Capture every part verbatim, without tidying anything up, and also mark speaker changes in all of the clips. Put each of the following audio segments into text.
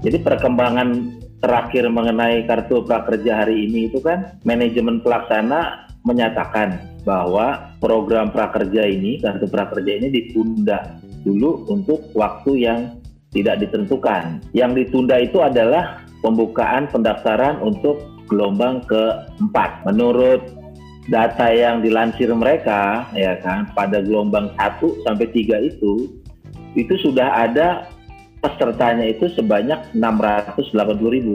Speaker 1: Jadi perkembangan terakhir mengenai kartu prakerja hari ini itu kan manajemen pelaksana menyatakan bahwa program prakerja ini, kartu prakerja ini ditunda dulu untuk waktu yang tidak ditentukan. Yang ditunda itu adalah pembukaan pendaftaran untuk gelombang keempat. Menurut data yang dilansir mereka, ya kan, pada gelombang satu sampai tiga itu, itu sudah ada pesertanya itu sebanyak enam ratus delapan puluh ribu.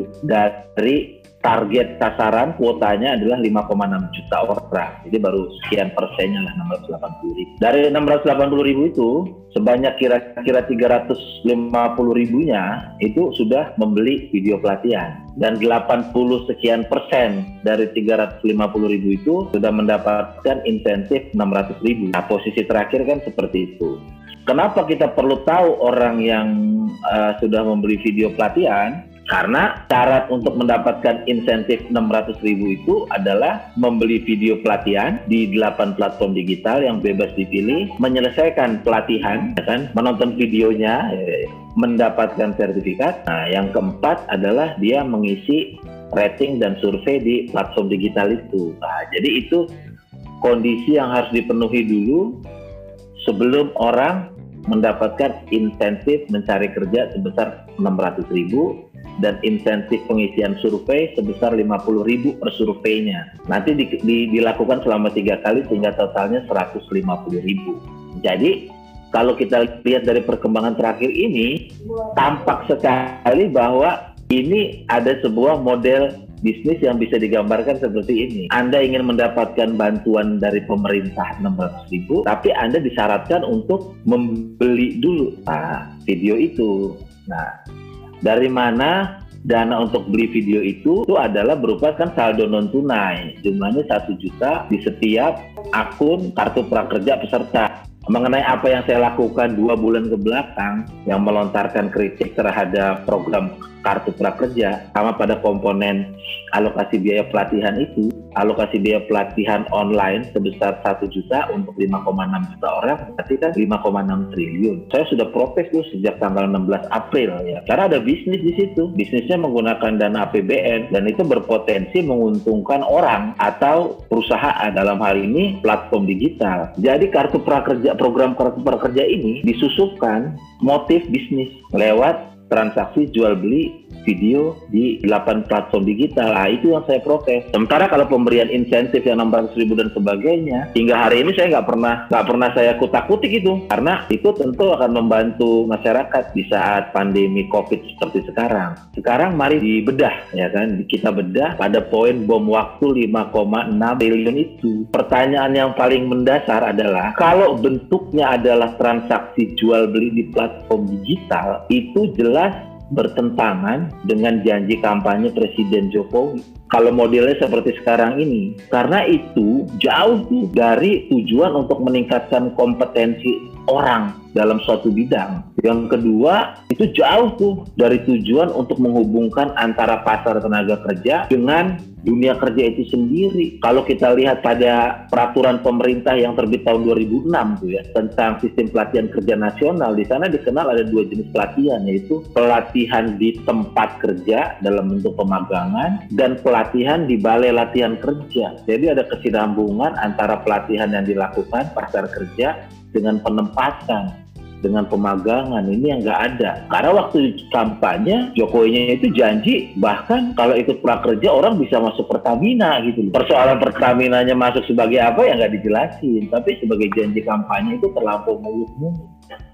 Speaker 1: Dari target sasaran kuotanya adalah lima koma enam juta orang. Jadi baru sekian persennya lah, enam ratus delapan puluh ribu. Dari enam ratus delapan puluh ribu itu, sebanyak kira-kira tiga ratus lima puluh ribunya itu sudah membeli video pelatihan. Dan delapan puluh sekian persen dari tiga ratus lima puluh ribu itu sudah mendapatkan insentif enam ratus ribu. Nah, posisi terakhir kan seperti itu. Kenapa kita perlu tahu orang yang uh, sudah membeli video pelatihan? Karena syarat untuk mendapatkan insentif enam ratus ribu itu adalah membeli video pelatihan di delapan platform digital yang bebas dipilih, menyelesaikan pelatihan, ya kan, menonton videonya, eh, mendapatkan sertifikat. Nah, yang keempat adalah dia mengisi rating dan survei di platform digital itu. Nah, jadi itu kondisi yang harus dipenuhi dulu sebelum orang mendapatkan insentif mencari kerja sebesar enam ratus ribu dan insentif pengisian survei sebesar lima puluh ribu per surveinya. Nanti di, di, dilakukan selama tiga kali sehingga totalnya seratus lima puluh ribu. Jadi kalau kita lihat dari perkembangan terakhir ini, tampak sekali bahwa ini ada sebuah model bisnis yang bisa digambarkan seperti ini. Anda ingin mendapatkan bantuan dari pemerintah enam ratus ribu, tapi Anda disyaratkan untuk membeli dulu nah, video itu. Nah, dari mana dana untuk beli video itu? Itu adalah berupa kan saldo non tunai. Jumlahnya satu juta di setiap akun kartu prakerja peserta. Mengenai apa yang saya lakukan dua bulan ke belakang yang melontarkan kritik terhadap program kartu prakerja, sama pada komponen alokasi biaya pelatihan itu, alokasi biaya pelatihan online sebesar satu juta untuk lima koma enam juta orang, berarti kan lima koma enam triliun. Saya sudah protes tuh sejak tanggal enam belas April ya, karena ada bisnis di situ. Bisnisnya menggunakan dana A P B N dan itu berpotensi menguntungkan orang atau perusahaan, dalam hal ini platform digital. Jadi kartu prakerja, program kartu prakerja ini disusupkan motif bisnis lewat transaksi jual beli video di delapan platform digital. Nah, itu yang saya protes. Sementara kalau pemberian insentif yang enam ratus ribu dan sebagainya, hingga hari ini saya nggak pernah nggak pernah saya kutak-kutik itu, karena itu tentu akan membantu masyarakat di saat pandemi COVID seperti sekarang. Sekarang mari dibedah, ya kan, kita bedah pada poin bom waktu lima koma enam triliun itu. Pertanyaan yang paling mendasar adalah, kalau bentuknya adalah transaksi jual beli di platform digital, itu jelas bertentangan dengan janji kampanye Presiden Jokowi. Kalau modelnya seperti sekarang ini, karena itu jauh tuh dari tujuan untuk meningkatkan kompetensi orang dalam suatu bidang. Yang kedua, itu jauh tuh dari tujuan untuk menghubungkan antara pasar tenaga kerja dengan dunia kerja itu sendiri. Kalau kita lihat pada peraturan pemerintah yang terbit tahun dua ribu enam tuh ya, tentang sistem pelatihan kerja nasional, di sana dikenal ada dua jenis pelatihan, yaitu pelatihan di tempat kerja dalam bentuk pemagangan dan pelatihan di balai latihan kerja. Jadi ada kesinambungan antara pelatihan yang dilakukan pasar kerja dengan penempatan, dengan pemagangan. Ini yang nggak ada. Karena waktu kampanye Jokowinya itu janji bahkan kalau ikut prakerja orang bisa masuk Pertamina gitu. Persoalan Pertaminanya masuk sebagai apa ya nggak dijelasin, tapi sebagai janji kampanye itu terlampau muluk-muluk.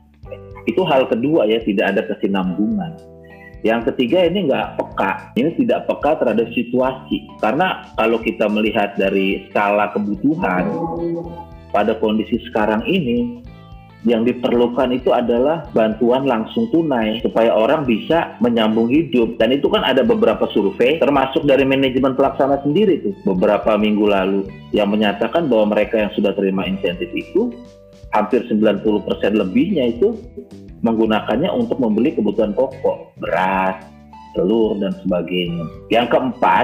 Speaker 1: Itu hal kedua ya, tidak ada kesinambungan. Yang ketiga, ini nggak peka. Ini tidak peka terhadap situasi. Karena kalau kita melihat dari skala kebutuhan pada kondisi sekarang ini, yang diperlukan itu adalah bantuan langsung tunai supaya orang bisa menyambung hidup. Dan itu kan ada beberapa survei, termasuk dari manajemen pelaksana sendiri tuh beberapa minggu lalu, yang menyatakan bahwa mereka yang sudah terima insentif itu hampir sembilan puluh persen lebihnya itu menggunakannya untuk membeli kebutuhan pokok, beras, telur, dan sebagainya. Yang keempat,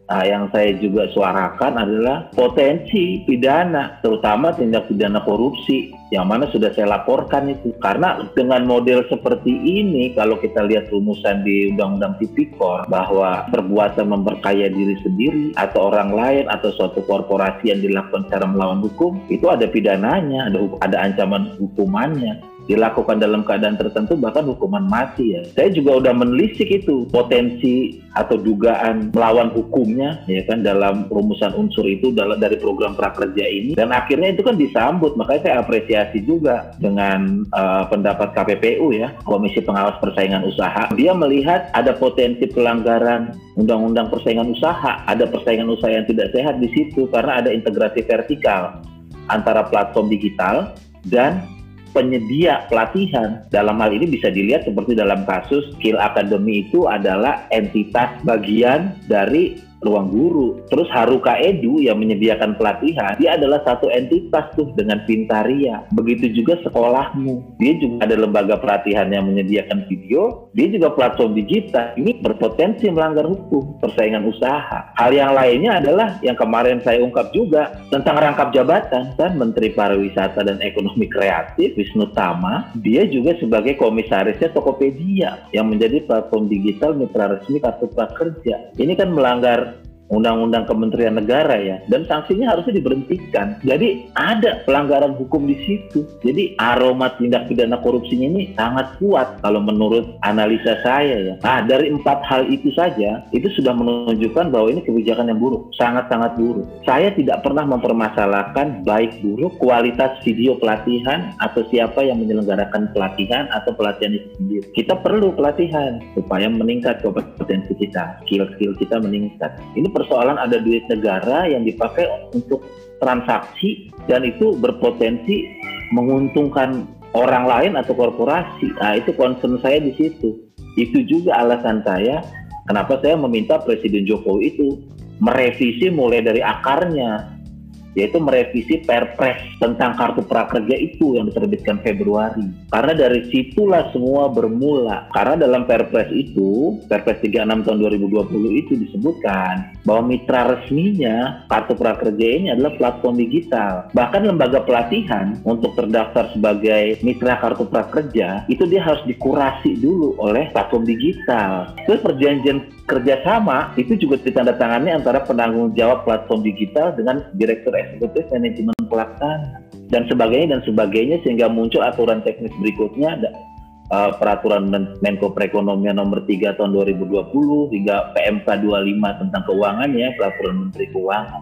Speaker 1: Nah, yang saya juga suarakan adalah potensi pidana, terutama tindak pidana korupsi, yang mana sudah saya laporkan itu. Karena dengan model seperti ini, kalau kita lihat rumusan di Undang-Undang Tipikor, bahwa perbuatan memperkaya diri sendiri, atau orang lain, atau suatu korporasi yang dilakukan secara melawan hukum, itu ada pidananya, ada, ada ancaman hukumannya. Dilakukan dalam keadaan tertentu bahkan hukuman mati ya. Saya juga udah menelisik itu potensi atau dugaan melawan hukumnya ya kan dalam rumusan unsur itu dalam dari program prakerja ini, dan akhirnya itu kan disambut. Makanya saya apresiasi juga dengan uh, pendapat K P P U ya, Komisi Pengawas Persaingan Usaha. Dia melihat ada potensi pelanggaran Undang-Undang Persaingan Usaha, ada persaingan usaha yang tidak sehat di situ karena ada integrasi vertikal antara platform digital dan penyedia pelatihan. Dalam hal ini bisa dilihat seperti dalam kasus Skill Academy, itu adalah entitas bagian dari Ruang Guru. Terus Haruka Edu yang menyediakan pelatihan, dia adalah satu entitas tuh dengan Pintaria. Begitu juga sekolahmu, dia juga ada lembaga pelatihan yang menyediakan video, dia juga platform digital. Ini berpotensi melanggar hukum persaingan usaha. Hal yang lainnya adalah yang kemarin saya ungkap juga tentang rangkap jabatan kan, Menteri Pariwisata dan Ekonomi Kreatif Wisnu Tama, dia juga sebagai komisarisnya Tokopedia yang menjadi platform digital mitra resmi Kartu Prakerja. Ini kan melanggar Undang-Undang Kementerian Negara ya, dan sanksinya harusnya diberhentikan. Jadi ada pelanggaran hukum di situ. Jadi aroma tindak pidana korupsinya ini sangat kuat kalau menurut analisa saya ya. Nah, dari empat hal itu saja, itu sudah menunjukkan bahwa ini kebijakan yang buruk, sangat-sangat buruk. Saya tidak pernah mempermasalahkan baik buruk kualitas video pelatihan atau siapa yang menyelenggarakan pelatihan atau pelatihan itu sendiri. Kita perlu pelatihan supaya meningkat kompetensi kita, skill-skill kita meningkat. Ini persoalan ada duit negara yang dipakai untuk transaksi dan itu berpotensi menguntungkan orang lain atau korporasi. Nah, itu concern saya di situ. Itu juga alasan saya kenapa saya meminta Presiden Jokowi itu merevisi mulai dari akarnya, yaitu merevisi Perpres tentang Kartu Prakerja itu yang diterbitkan Februari. Karena dari situlah semua bermula. Karena dalam Perpres itu, Perpres tiga puluh enam tahun dua ribu dua puluh itu disebutkan bahwa mitra resminya Kartu Prakerja ini adalah platform digital. Bahkan lembaga pelatihan untuk terdaftar sebagai mitra Kartu Prakerja itu dia harus dikurasi dulu oleh platform digital. Terus perjanjian kerjasama itu juga ditandatangani antara penanggung jawab platform digital dengan Direktur Eksekutif Manajemen Pelaksana dan sebagainya dan sebagainya, sehingga muncul aturan teknis berikutnya, ada uh, peraturan Menko Perekonomian nomor tiga tahun dua ribu dua puluh hingga P M K dua puluh lima tentang keuangan ya, peraturan Menteri Keuangan.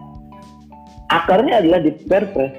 Speaker 1: Akarnya adalah di Perpres.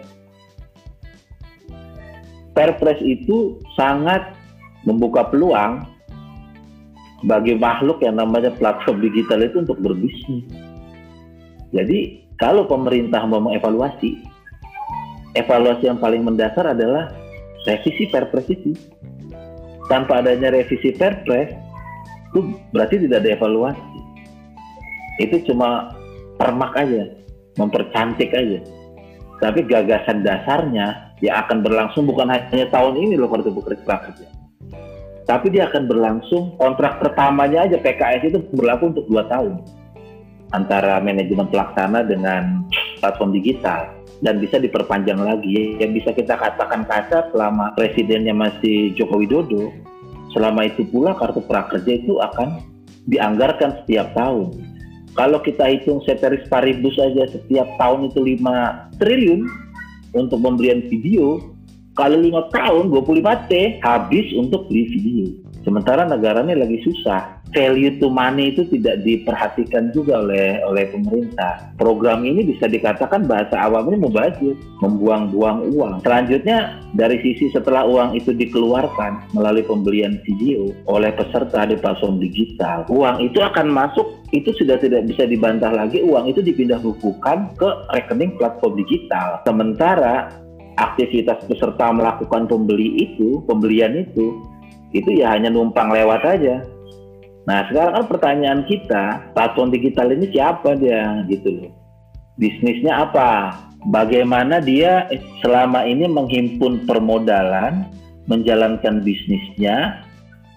Speaker 1: Perpres itu sangat membuka peluang bagi makhluk yang namanya platform digital itu untuk berbisnis. Jadi kalau pemerintah mau mengevaluasi, evaluasi yang paling mendasar adalah revisi Perpres itu. Tanpa adanya revisi Perpres, itu berarti tidak ada evaluasi. Itu cuma permak aja, mempercantik aja. Tapi gagasan dasarnya yang akan berlangsung bukan hanya tahun ini loh Kartu Prakerja. Tapi dia akan berlangsung, kontrak pertamanya aja P K S itu berlaku untuk dua tahun antara manajemen pelaksana dengan platform digital, dan bisa diperpanjang lagi. Yang bisa kita katakan kasar, selama presidennya masih Joko Widodo, selama itu pula Kartu Prakerja itu akan dianggarkan setiap tahun. Kalau kita hitung ceteris paribus aja, setiap tahun itu lima triliun untuk pembelian video, kali lima tahun dua puluh lima T habis untuk beli video. Sementara negaranya lagi susah. Value to money itu tidak diperhatikan juga oleh oleh pemerintah. Program ini bisa dikatakan bahasa awamnya mubazir, membuang-buang uang. Selanjutnya dari sisi setelah uang itu dikeluarkan melalui pembelian video oleh peserta di platform digital, uang itu akan masuk, itu sudah tidak bisa dibantah lagi, uang itu dipindah bukukan ke rekening platform digital. Sementara aktivitas peserta melakukan pembeli itu, pembelian itu, itu ya hanya numpang lewat aja. Nah sekarang kan pertanyaan kita, platform digital ini siapa dia gitu loh? Bisnisnya apa? Bagaimana dia selama ini menghimpun permodalan, menjalankan bisnisnya,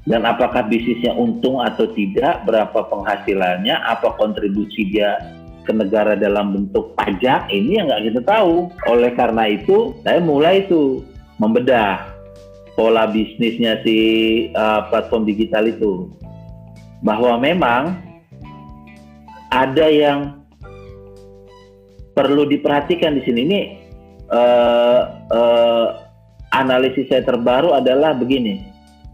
Speaker 1: dan apakah bisnisnya untung atau tidak, berapa penghasilannya, apa kontribusi dia ke negara dalam bentuk pajak, ini yang nggak kita tahu. Oleh karena itu, saya mulai itu membedah pola bisnisnya si uh, platform digital itu, bahwa memang ada yang perlu diperhatikan di sini. Ini uh, uh, analisis saya terbaru adalah begini: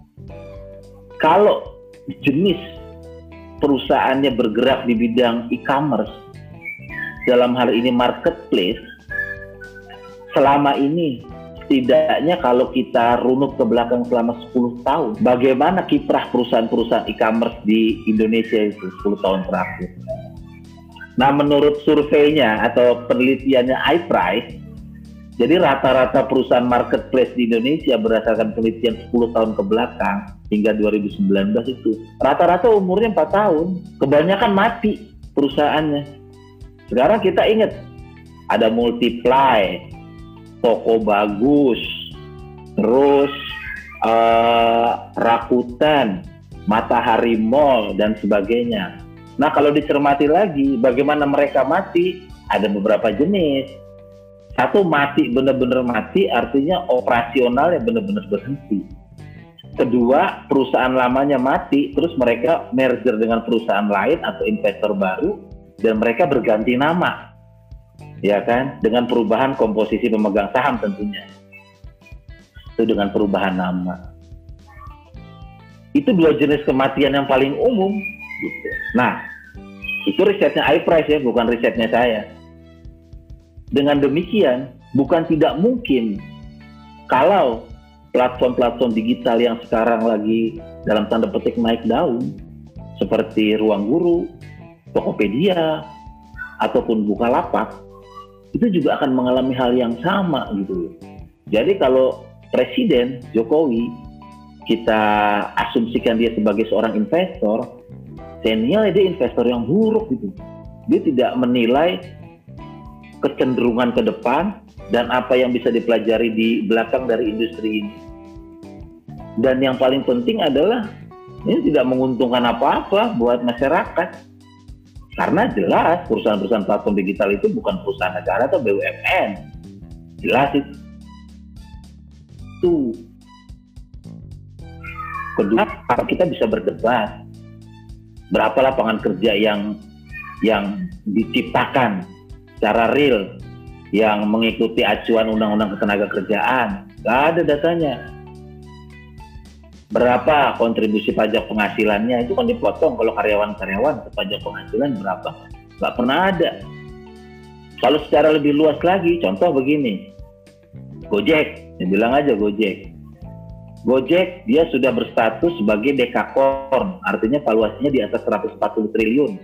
Speaker 1: kalau jenis perusahaannya bergerak di bidang e-commerce, dalam hal ini marketplace, selama ini setidaknya kalau kita runut ke belakang selama sepuluh tahun, bagaimana kiprah perusahaan-perusahaan e-commerce di Indonesia itu sepuluh tahun terakhir. Nah, menurut surveinya atau penelitiannya iPrice, jadi rata-rata perusahaan marketplace di Indonesia berdasarkan penelitian sepuluh tahun ke belakang hingga dua ribu sembilan belas itu, rata-rata umurnya empat tahun, kebanyakan mati perusahaannya. Sekarang kita ingat, ada Multiply, Toko Bagus, terus uh, Rakuten, Matahari Mall, dan sebagainya. Nah, kalau dicermati lagi, bagaimana mereka mati, ada beberapa jenis. Satu, mati, benar-benar mati, artinya operasionalnya benar-benar berhenti. Kedua, perusahaan lamanya mati, terus mereka merger dengan perusahaan lain atau investor baru, dan mereka berganti nama, ya kan, dengan perubahan komposisi pemegang saham tentunya, itu dengan perubahan nama. Itu dua jenis kematian yang paling umum gitu. Nah, itu risetnya iPrice ya, bukan risetnya saya. Dengan demikian, bukan tidak mungkin kalau platform-platform digital yang sekarang lagi dalam tanda petik naik daun, seperti Ruang Guru, Tokopedia, ataupun Bukalapak, itu juga akan mengalami hal yang sama gitu. Jadi kalau Presiden Jokowi, kita asumsikan dia sebagai seorang investor, saya nilai dia investor yang buruk gitu. Dia tidak menilai kecenderungan ke depan dan apa yang bisa dipelajari di belakang dari industri ini. Dan yang paling penting adalah ini tidak menguntungkan apa-apa buat masyarakat. Karena jelas perusahaan-perusahaan platform digital itu bukan perusahaan negara atau B U M N. Jelas itu. Tuh. Kedua, kita bisa berdebat berapa lapangan kerja yang yang diciptakan secara real yang mengikuti acuan Undang-Undang Ketenagakerjaan. Gak ada datanya. Berapa kontribusi pajak penghasilannya, itu kan dipotong kalau karyawan-karyawan ke pajak penghasilan berapa, nggak pernah ada. Kalau secara lebih luas lagi, contoh begini, Gojek, ya bilang aja Gojek Gojek dia sudah berstatus sebagai dekakorn, artinya valuasinya di atas seratus empat puluh triliun.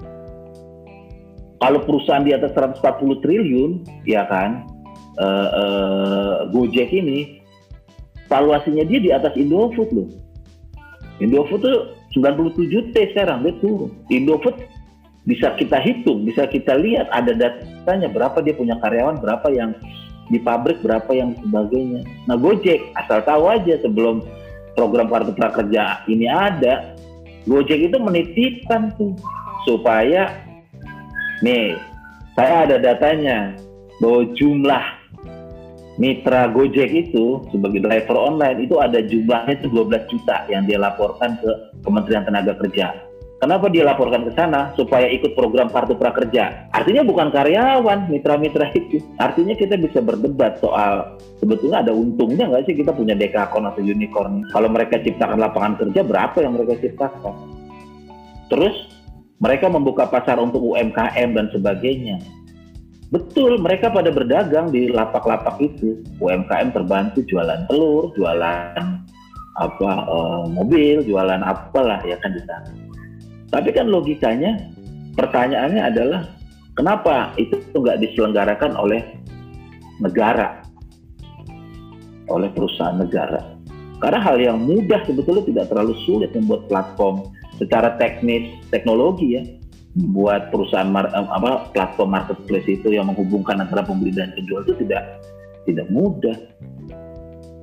Speaker 1: Kalau perusahaan di atas seratus empat puluh triliun, ya kan, uh, uh, Gojek ini valuasinya dia di atas Indofood loh. Indofood tuh sembilan puluh tujuh T sekarang, dia turun. Indofood bisa kita hitung, bisa kita lihat, ada datanya berapa dia punya karyawan, berapa yang di pabrik, berapa yang sebagainya. Nah, Gojek, asal tahu aja sebelum program Kartu Prakerja ini ada, Gojek itu menitipkan tuh supaya, nih, saya ada datanya bahwa jumlah mitra Gojek itu sebagai driver online itu ada jumlahnya itu dua belas juta yang dia laporkan ke Kementerian Tenaga Kerja. Kenapa dia laporkan ke sana? Supaya ikut program Kartu Prakerja. Artinya bukan karyawan, mitra-mitra itu. Artinya kita bisa berdebat soal sebetulnya ada untungnya nggak sih kita punya dekakorn atau unicorn. Kalau mereka ciptakan lapangan kerja, berapa yang mereka ciptakan? Terus mereka membuka pasar untuk U M K M dan sebagainya. Betul, mereka pada berdagang di lapak-lapak itu. U M K M terbantu jualan telur, jualan apa uh, mobil, jualan apalah ya kan di sana. Tapi kan logikanya, pertanyaannya adalah kenapa itu nggak diselenggarakan oleh negara, oleh perusahaan negara? Karena hal yang mudah sebetulnya, tidak terlalu sulit membuat platform secara teknis teknologi ya. Buat perusahaan mar, apa platform marketplace itu yang menghubungkan antara pembeli dan penjual itu tidak tidak mudah.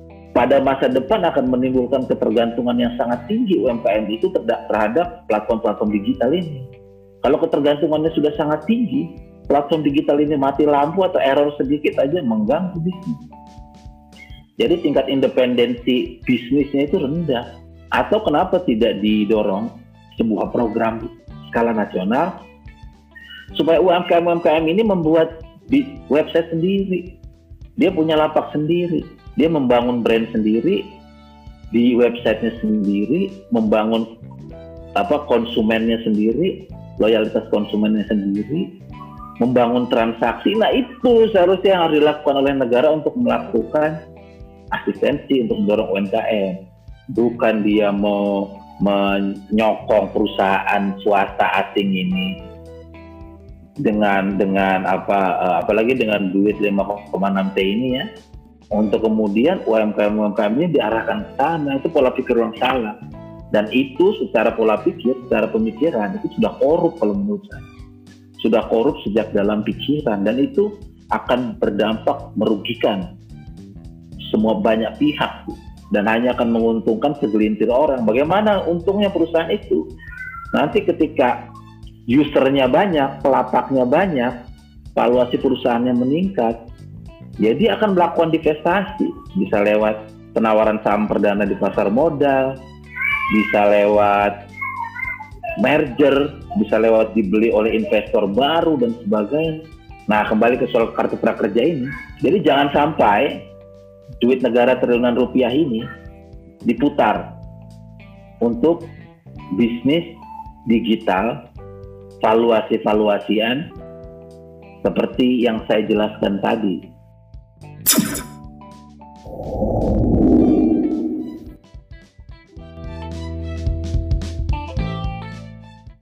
Speaker 1: pada masa depan akan menimbulkan ketergantungan yang sangat tinggi U M K M itu terhadap platform-platform digital ini. Kalau ketergantungannya sudah sangat tinggi, platform digital ini mati lampu atau error sedikit aja mengganggu bisnis. Jadi tingkat independensi bisnisnya itu rendah. Atau kenapa tidak didorong sebuah program skala nasional supaya U M K M U M K M ini membuat di website sendiri, dia punya lapak sendiri, dia membangun brand sendiri di websitenya sendiri, membangun apa konsumennya sendiri, loyalitas konsumennya sendiri, membangun transaksi. Nah itu seharusnya yang harus dilakukan oleh negara untuk melakukan asistensi untuk mendorong U M K M, bukan dia mau menyokong perusahaan swasta asing ini dengan dengan apa uh, apalagi dengan duit lima koma enam T ini ya, untuk kemudian U M K M U M K M ini diarahkan ke sana. Itu pola pikir yang salah, dan itu secara pola pikir, secara pemikiran itu sudah korup kalau menurut saya, sudah korup sejak dalam pikiran, dan itu akan berdampak merugikan semua banyak pihak dan hanya akan menguntungkan segelintir orang. Bagaimana untungnya perusahaan itu? Nanti ketika usernya banyak, pelapaknya banyak, valuasi perusahaannya meningkat, ya dia akan melakukan divestasi, bisa lewat penawaran saham perdana di pasar modal, bisa lewat merger, bisa lewat dibeli oleh investor baru dan sebagainya. Nah, kembali ke soal kartu prakerja ini, jadi jangan sampai duit negara triliunan rupiah ini diputar untuk bisnis digital, valuasi-valuasian seperti yang saya jelaskan tadi.